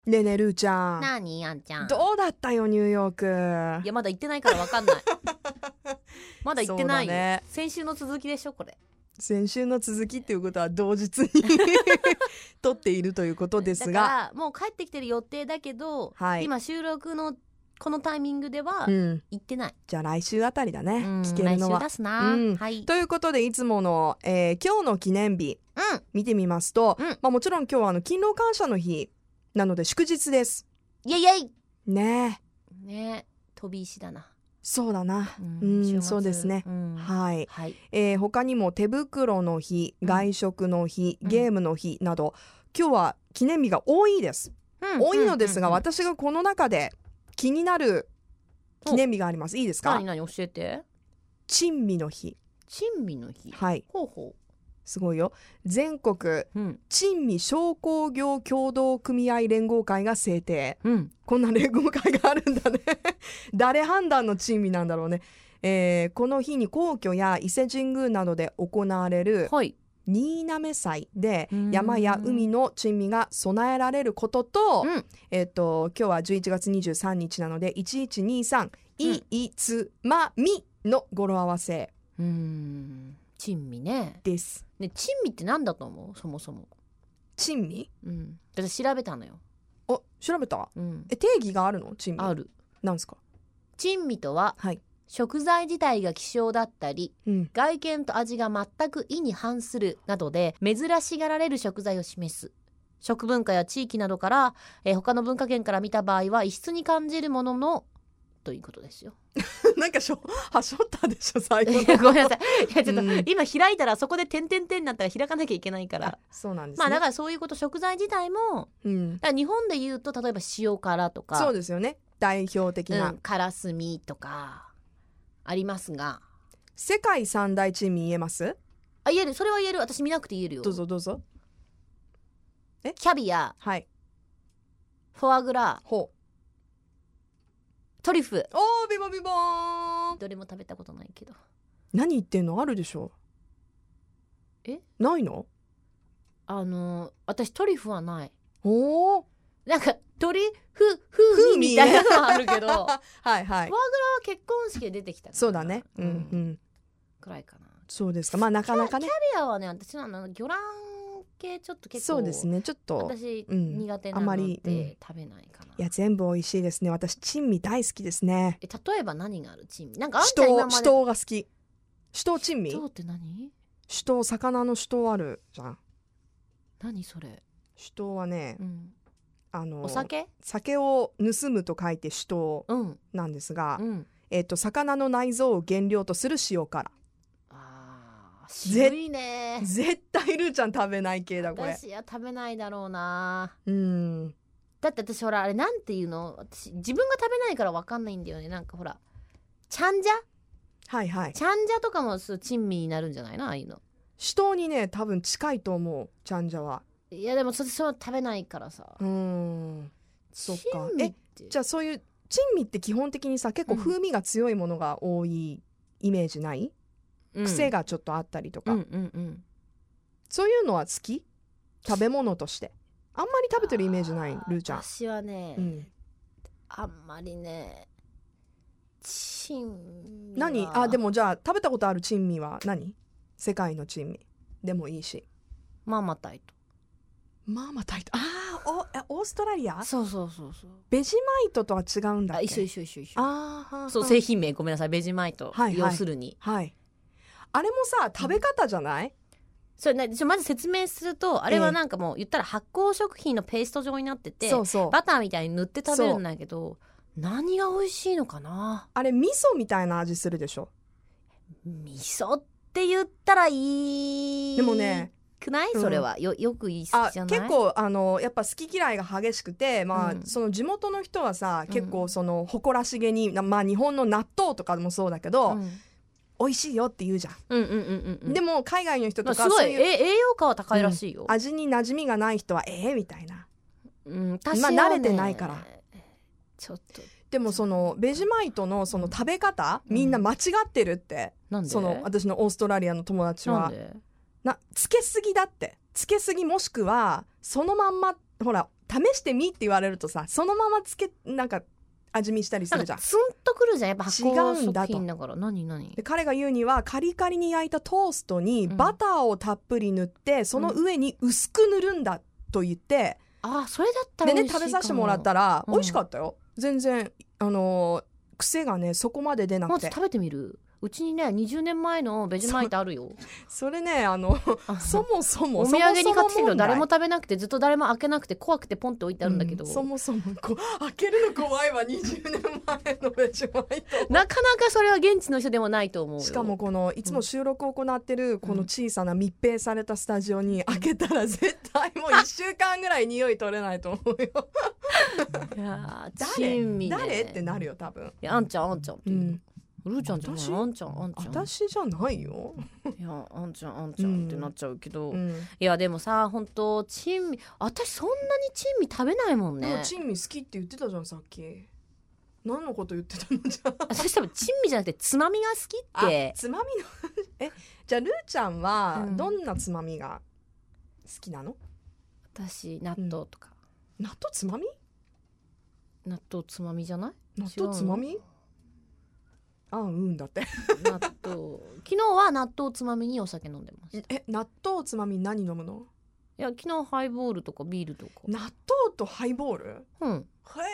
ねえねえるーちゃん、 なにあんちゃん。 どうだったよニューヨーク。 いやまだ行ってないから分かんないまだ行ってないよ、 ね、 先週の続きでしょこれ。 先週の続きっていうことは同日に撮っているということですが、 だからもう帰ってきてる予定だけど、 はい、 今収録のこのタイミングでは行ってない、 じゃあ来週あたりだね、聞けるのは。 来週出すな、はい、 ということでいつもの、今日の記念日、見てみますと、もちろん今日は勤労感謝の日なので祝日です。 イエイイエイねえ飛び石だな。 そうだな、そうですね、はい、他にも手袋の日、外食の日、ゲームの日など今日は記念日が多いです、多いのですが、私がこの中で気になる記念日があります。いいですか？ 何教えて。 珍味の日。 珍味の日、 はい、 ほうほう、 すごいよ。全国珍味商工業協同組合連合会が制定、こんな連合会があるんだね誰判断の珍味なんだろうね。この日に皇居や伊勢神宮などで行われる、新滑祭で山や海の珍味が備えられることと、今日は11月23日なので1123、いつまみの語呂合わせ。 珍味ね。 ですね。珍味って何だと思う？そもそも珍味？ 私調べたのよ。 調べた？定義があるの？珍味ある。 なんですか？ 珍味とは、食材自体が希少だったり、外見と味が全く意に反するなどで珍しがられる食材を示す。食文化や地域などから、他の文化圏から見た場合は異質に感じるもののということですよなんかはしょったでしょ最後のごめんなさい。いやちょっと、今開いたらそこで点々点になったら開かなきゃいけないから。 そうなんですね。 だからそういうこと、食材自体も、だから日本で言うと例えば塩辛とか、 そうですよね、代表的な、 からすみとかありますが、 世界三大珍味言えます？ 言える。それは言える。私見なくて言えるよ。 どうぞどうぞ。 キャビア、フォアグラ、トリュフ。 ビボビボーン。 どれも食べたことないけど。 何言ってんの？あるでしょ。ないの？ 私トリュフはない。 なんかトリュフ風味みたいなのはあるけどフォアグラは結婚式で出てきたから。 そうだね、 くらいかな。 そうですか。なかなかね。 キャビアはね、私の魚卵系ちょっと結構、 そうですね、ちょっと私苦手なので食べないかな。 いや全部美味しいですね。私珍味大好きですね。 例えば何がある？珍味なんかあんちゃん今まで。 酒盗が好き。酒盗珍味？ 酒盗って何？ 酒盗、魚の酒盗あるじゃん。何それ？ 酒盗はね、 お酒を盗むと書いて酒盗なんですが、魚の内臓を原料とする塩辛。 渋いね。 絶対ルーちゃん食べない系だこれ。 私は食べないだろうな。だって私ほらあれなんていうの、私自分が食べないから分かんないんだよね。なんかほらチャンジャ、チャンジャとかも珍味になるんじゃないの？ああいうの酒盗にね多分近いと思う、チャンジャは。 いやでもそう食べないからさ。 そっか。じゃあそういう珍味って基本的にさ結構風味が強いものが多いイメージない？癖がちょっとあったりとか、そういうのは好き？食べ物としてあんまり食べてるイメージない？ルーちゃん。 私はね、あんまりね。珍味はでもじゃあ食べたことある珍味は何？世界の珍味でもいいし。 マーマタイト。 オーストラリア？ そう。 ベジマイトとは違うんだっけ？ 一緒。そう、製品名ごめんなさい。ベジマイト、要するに、 あれもさ食べ方じゃない？ それね、まず説明すると、あれはなんかもう言ったら発酵食品のペースト状になってて、バターみたいに塗って食べるんだけど、何が美味しいのかな。 あれ味噌みたいな味するでしょ。 味噌って言ったらいいでもねくない？それはよく言い過ぎじゃない？ 結構やっぱ好き嫌いが激しくて、その地元の人はさ結構その誇らしげに、日本の納豆とかもそうだけど、美味しいよって言うじゃん。でも海外の人とかすごい栄養価は高いらしいよ。 味に馴染みがない人はみたいな。 私はね、 慣れてないからちょっと。 でもそのベジマイトのその食べ方、みんな間違ってるって。 なんで？ その私のオーストラリアの友達は。 なんで？ つけすぎだって。つけすぎもしくはそのまんまほら試してみって言われるとさ、そのままなんか味見したりするじゃん。 ツンとくるじゃん、やっぱ発酵食品だから。何で彼が言うには、カリカリに焼いたトーストにバターをたっぷり塗って、その上に薄く塗るんだと言って、 それだったら美味しいかも。 でね、食べさせてもらったら美味しかったよ、全然癖がねそこまで出なくて。 まず食べてみる？うちにね20年前のベジマイトあるよ。 それねそもそもお土産に買ってきたけど誰も食べなくて、ずっと誰も開けなくて怖くてポンって置いてあるんだけど、 そもそも開けるの怖いわ。20年前のベジマイトなかなかそれは現地の人でもないと思うよ。 しかもいつも収録を行ってるこの小さな密閉されたスタジオに開けたら絶対もう1週間ぐらい匂い取れないと思うよ。 いや誰ってなるよ多分。 あんちゃんって言う、ルーちゃんじゃない、あんちゃん私じゃないよ。 いやあんちゃんってなっちゃうけど、いやでもさ、本当珍味、私そんなに珍味食べないもんね。 珍味好きって言ってたじゃんさっき。何のこと言ってたのじゃあ。 私多分珍味じゃなくてつまみが好きって。 つまみのじゃあルーちゃんはどんなつまみが好きなの？ 私納豆とか、 納豆つまみ？ 納豆つまみじゃない？ 納豆つまみ？だって納豆昨日は納豆つまみにお酒飲んでます。 納豆つまみ何飲むの？ いや昨日ハイボールとかビールとか。 納豆とハイボール？へえ。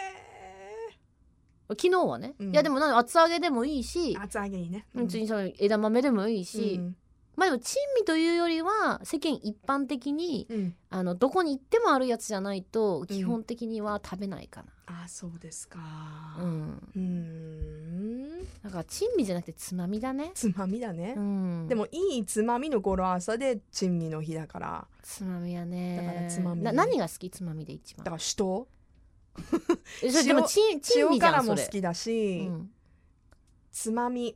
昨日はね、いやでも厚揚げでもいいし、 厚揚げいいね、 別に枝豆でもいいし、まあでも珍味というよりは世間一般的に、どこに行ってもあるやつじゃないと基本的には食べないかな。 そうですか。 だから珍味じゃなくてつまみだね。 つまみだね、でもいいつまみの語呂朝で珍味の日だからつまみやね。 だからつまみ、 何が好き？つまみで一番。 だから酒とでも珍味じゃん。 塩辛も好きだし、つまみ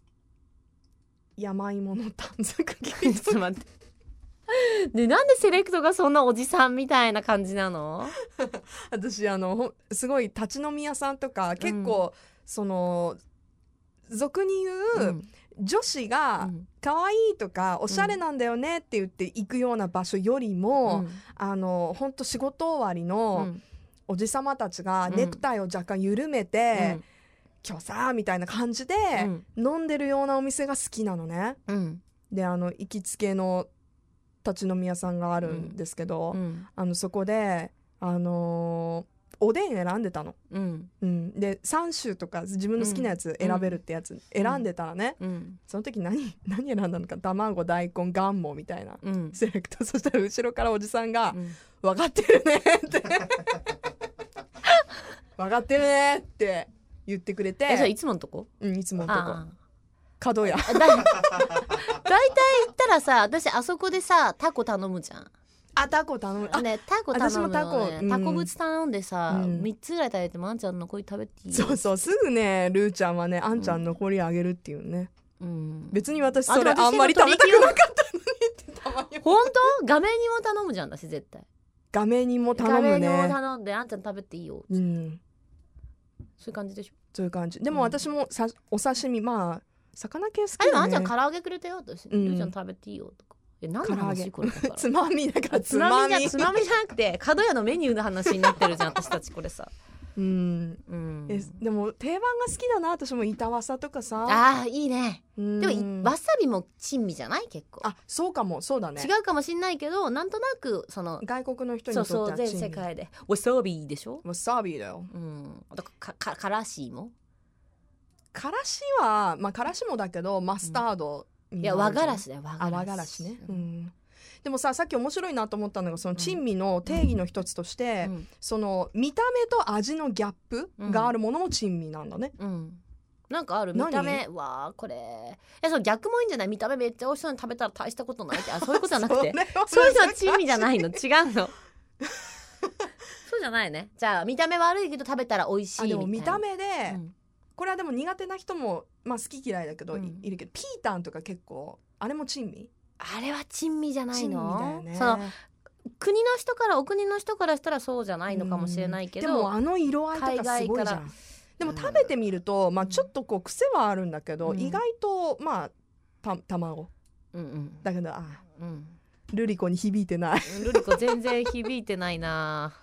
山芋の短冊切り。 ちょっと待ってでなんでセレクトがそんなおじさんみたいな感じなの？ 私すごい立ち飲み屋さんとか結構、俗に言う、女子が可愛いとかおしゃれなんだよねって言って行くような場所よりも、ほんと仕事終わりのおじさまたちがネクタイを若干緩めて、今日さみたいな感じで飲んでるようなお店が好きなのね、で行きつけの立ち飲み屋さんがあるんですけど、そこでおでん選んでたの、で3種とか自分の好きなやつ選べるってやつ選んでたらね、その時何選んだのか、卵、大根、ガンモみたいな、セレクト。そしたら後ろからおじさんが「分かってるね」って「分かってるね」って言ってくれて。 それいつものとこ？ いつものとこ。角屋。 大体行ったらさ、私あそこでさタコ頼むじゃん。 タコ頼む。 タコ頼むのね。 私もタコ、 タコぶつ頼んでさ、3つぐらい食べてもあんちゃん残り食べていい？ そうすぐねルーちゃんはねあんちゃん残りあげるっていうね、別に私それあんまり食べたくなかったのにってたまに。 本当？画面にも頼むじゃん私絶対。 画面にも頼むね。 画面にも頼んであんちゃん食べていいよ。そういう感じでしょ。 そういう感じ。でも私もお刺身、魚系好きだね。 でもあんちゃん唐揚げくれたよ私。ルーちゃん食べていいよとか。何の話これだから。 つまみだからつまみじゃなくて角屋のメニューの話になってるじゃん私たちこれさ。でも定番が好きだな私も。板わさとかさ。 いいね。でもわさびも珍味じゃない？結構。 そうかも。そうだね。 違うかもしんないけどなんとなく外国の人にとっては全世界でわさびでしょ。 わさびだよ。 あとからしも。 からしはからしもだけどマスタード。 いや和がらしだよ。 和がらしね。でもさっき面白いなと思ったのがその珍味の定義の一つとして、その見た目と味のギャップがあるものも珍味なんだね。 なんかある見た目これその逆もいいんじゃない？見た目めっちゃ美味しそうに食べたら大したことないって。そういうことじゃなくてそういうのは珍味じゃないの。違うのそうじゃないね。じゃあ見た目悪いけど食べたら美味しいみたいな。 でも見た目で、これはでも苦手な人も好き嫌いだけど、いるけどピータンとか結構あれも珍味？ あれは珍味じゃないの？ 珍味だよね。 その国の人からお国の人からしたらそうじゃないのかもしれないけど、 でも色合いとかすごいじゃん。でも食べてみると、ちょっと癖はあるんだけど、意外と卵、だけどルリコに響いてない。 ルリコ全然響いてないな。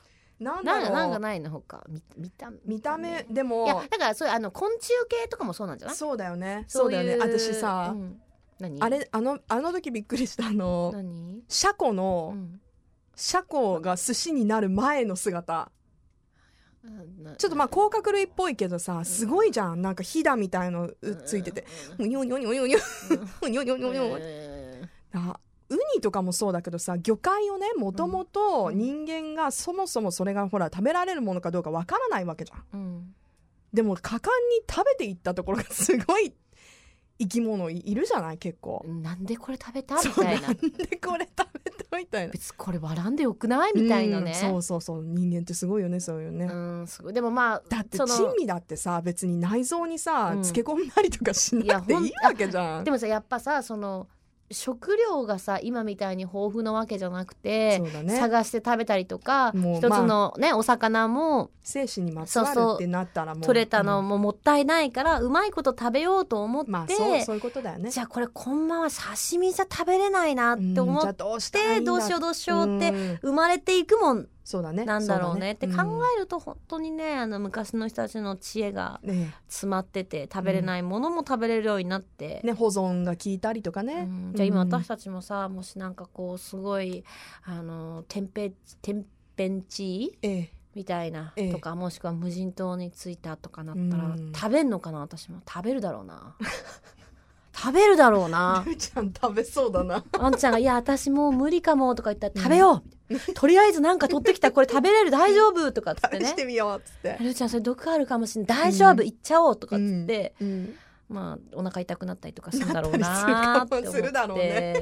なんだろう、 なんかないのほか見た目でも、 いやだからそういう昆虫系とかもそうなんじゃない？ そうだよね、そうだよね。私さ、 何あれあの時びっくりした何シャコの、シャコが寿司になる前の姿、ちょっとまあ甲殻類っぽいけどさ、すごいじゃん、なんかひだみたいのついてて、うにょにょにょにょにょにょにょにょにょ。ウニとかもそうだけどさ、魚介をね、もともと人間がそもそもそれがほら食べられるものかどうかわからないわけじゃん、でも果敢に食べていったところがすごい生き物いるじゃない、結構。 なんでこれ食べたみたいな、 なんでこれ食べたみたいな、 別にこれ割らんでよくないみたいなね、 そうそうそう、人間ってすごいよね、そういうね。 すごい。でもまあだって珍味だってさ、別に内臓にさ、漬け込んだりとかしなくていいわけじゃん。 でもさ、やっぱさ、食料がさ今みたいに豊富なわけじゃなくて、探して食べたりとか、一つのね、お魚も生死にまつわるってなったらもう取れたのももったいないから、うまいこと食べようと思って、 そういうことだよね。 じゃあこれこんまま刺身じゃ食べれないなって思って、どうしようって生まれていくもんなんだろうねって考えると、本当にね、昔の人たちの知恵が詰まってて、食べれないものも食べれるようになって、 保存が効いたりとかね。 じゃあ今私たちもさ、もしなんかこうすごい天変地異みたいなとか、もしくは無人島に着いたとかなったら、食べんのかな。私も食べるだろうな食べるだろうな。 るーちゃん食べそうだな。 あんちゃんがいや私もう無理かもとか言ったら、食べよう、とりあえずなんか取ってきた、これ食べれる、大丈夫とかっつってね、 試してみようっつって、 るーちゃんそれ毒あるかもしれない、大丈夫、いっちゃおうとかっつって、まあお腹痛くなったりとかするんだろうなって思って、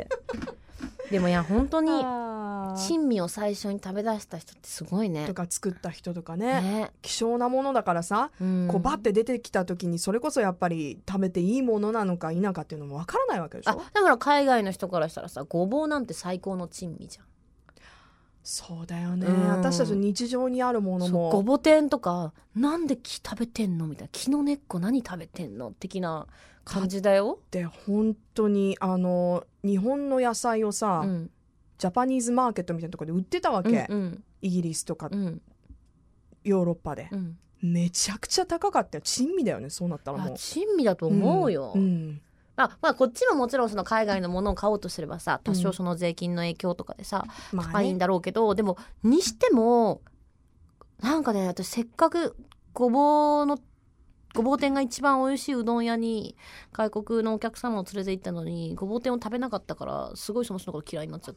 でもいや本当に珍味を最初に食べ出した人ってすごいね。 とか作った人とかね、希少なものだからさ、こうバッて出てきた時にそれこそやっぱり食べていいものなのか否かっていうのもわからないわけでしょ。 だから海外の人からしたらさ、ごぼうなんて最高の珍味じゃん。 そうだよね、私たちの日常にあるものも、 ごぼ天とかなんで木食べてんのみたいな、木の根っこ何食べてんの的な感じだよ。 で本当に日本の野菜をさ、ジャパニーズマーケットみたいなところで売ってたわけ、イギリスとか、ヨーロッパで、めちゃくちゃ高かったよ。珍味だよね、そうなったらもう。 珍味だと思うよ、まあこっちももちろんその海外のものを買おうとすればさ、多少その税金の影響とかでさ、高いんだろうけど、でもにしてもなんかね、私せっかくごぼう天が一番美味しいうどん屋に外国のお客様を連れて行ったのに、ごぼう天を食べなかったから、すごいその人のこと嫌いになっちゃった。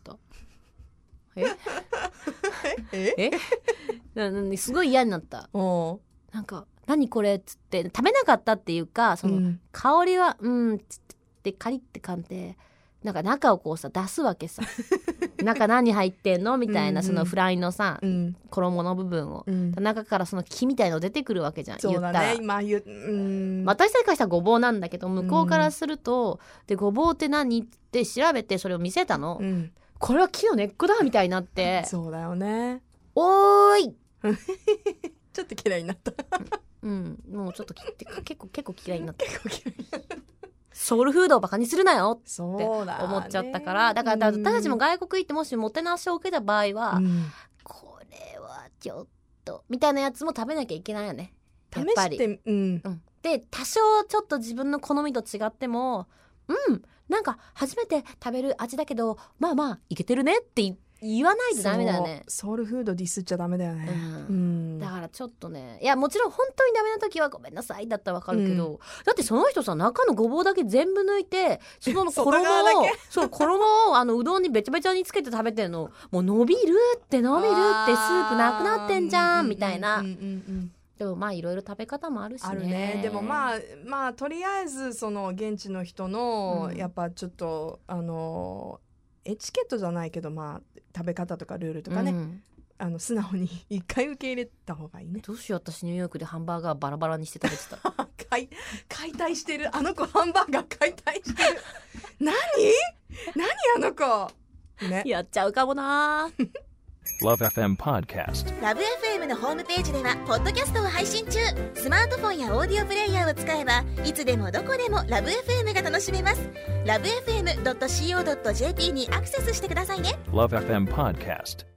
すごい嫌になった。なんか何これっつって、食べなかったっていうか、その香りはつってカリって感じで、なんか中をこうさ出すわけさ中何入ってんのみたいな、そのフライのさ、衣の部分を、中からその木みたいの出てくるわけじゃん。 そうだね、 私たちからしたらごぼうなんだけど、向こうからすると、でごぼうって何って調べてそれを見せたの、これは木の根っこだみたいになって、 そうだよね、 おーいちょっと嫌いになったもうちょっと結構嫌いになったソウルフードをバカにするなよって思っちゃったから、だから私たちも外国行ってもしもてなしを受けた場合は、これはちょっとみたいなやつも食べなきゃいけないよね、やっぱり。で多少ちょっと自分の好みと違っても、なんか初めて食べる味だけどまあいけてるねって言わないとダメだよね。 ソウルフードディスっちゃダメだよね、 だからちょっとね、いやもちろん本当にダメな時はごめんなさいだったら分かるけど、だってその人さ、中のごぼうだけ全部抜いて、その衣をうどんにべちゃべちゃにつけて食べてるの、もう伸びるってスープなくなってんじゃんみたいな。でもまあいろいろ食べ方もあるしね。 あるね。でもまあとりあえずその現地の人の、やっぱちょっとエチケットじゃないけど、まあ食べ方とかルールとかね、素直に一回受け入れた方がいいね。 どうしよう、私ニューヨークでハンバーガーバラバラにして食べてた解体してる、あの子ハンバーガー解体してる何あの子、ね、 やっちゃうかもな LoveFM Podcast。 LoveFM のホームページではポッドキャストを配信中。スマートフォンやオーディオプレイヤーを使えばいつでもどこでも LoveFM が楽しめます。 LoveFM.co.jp にアクセスしてくださいね。 LoveFM Podcast。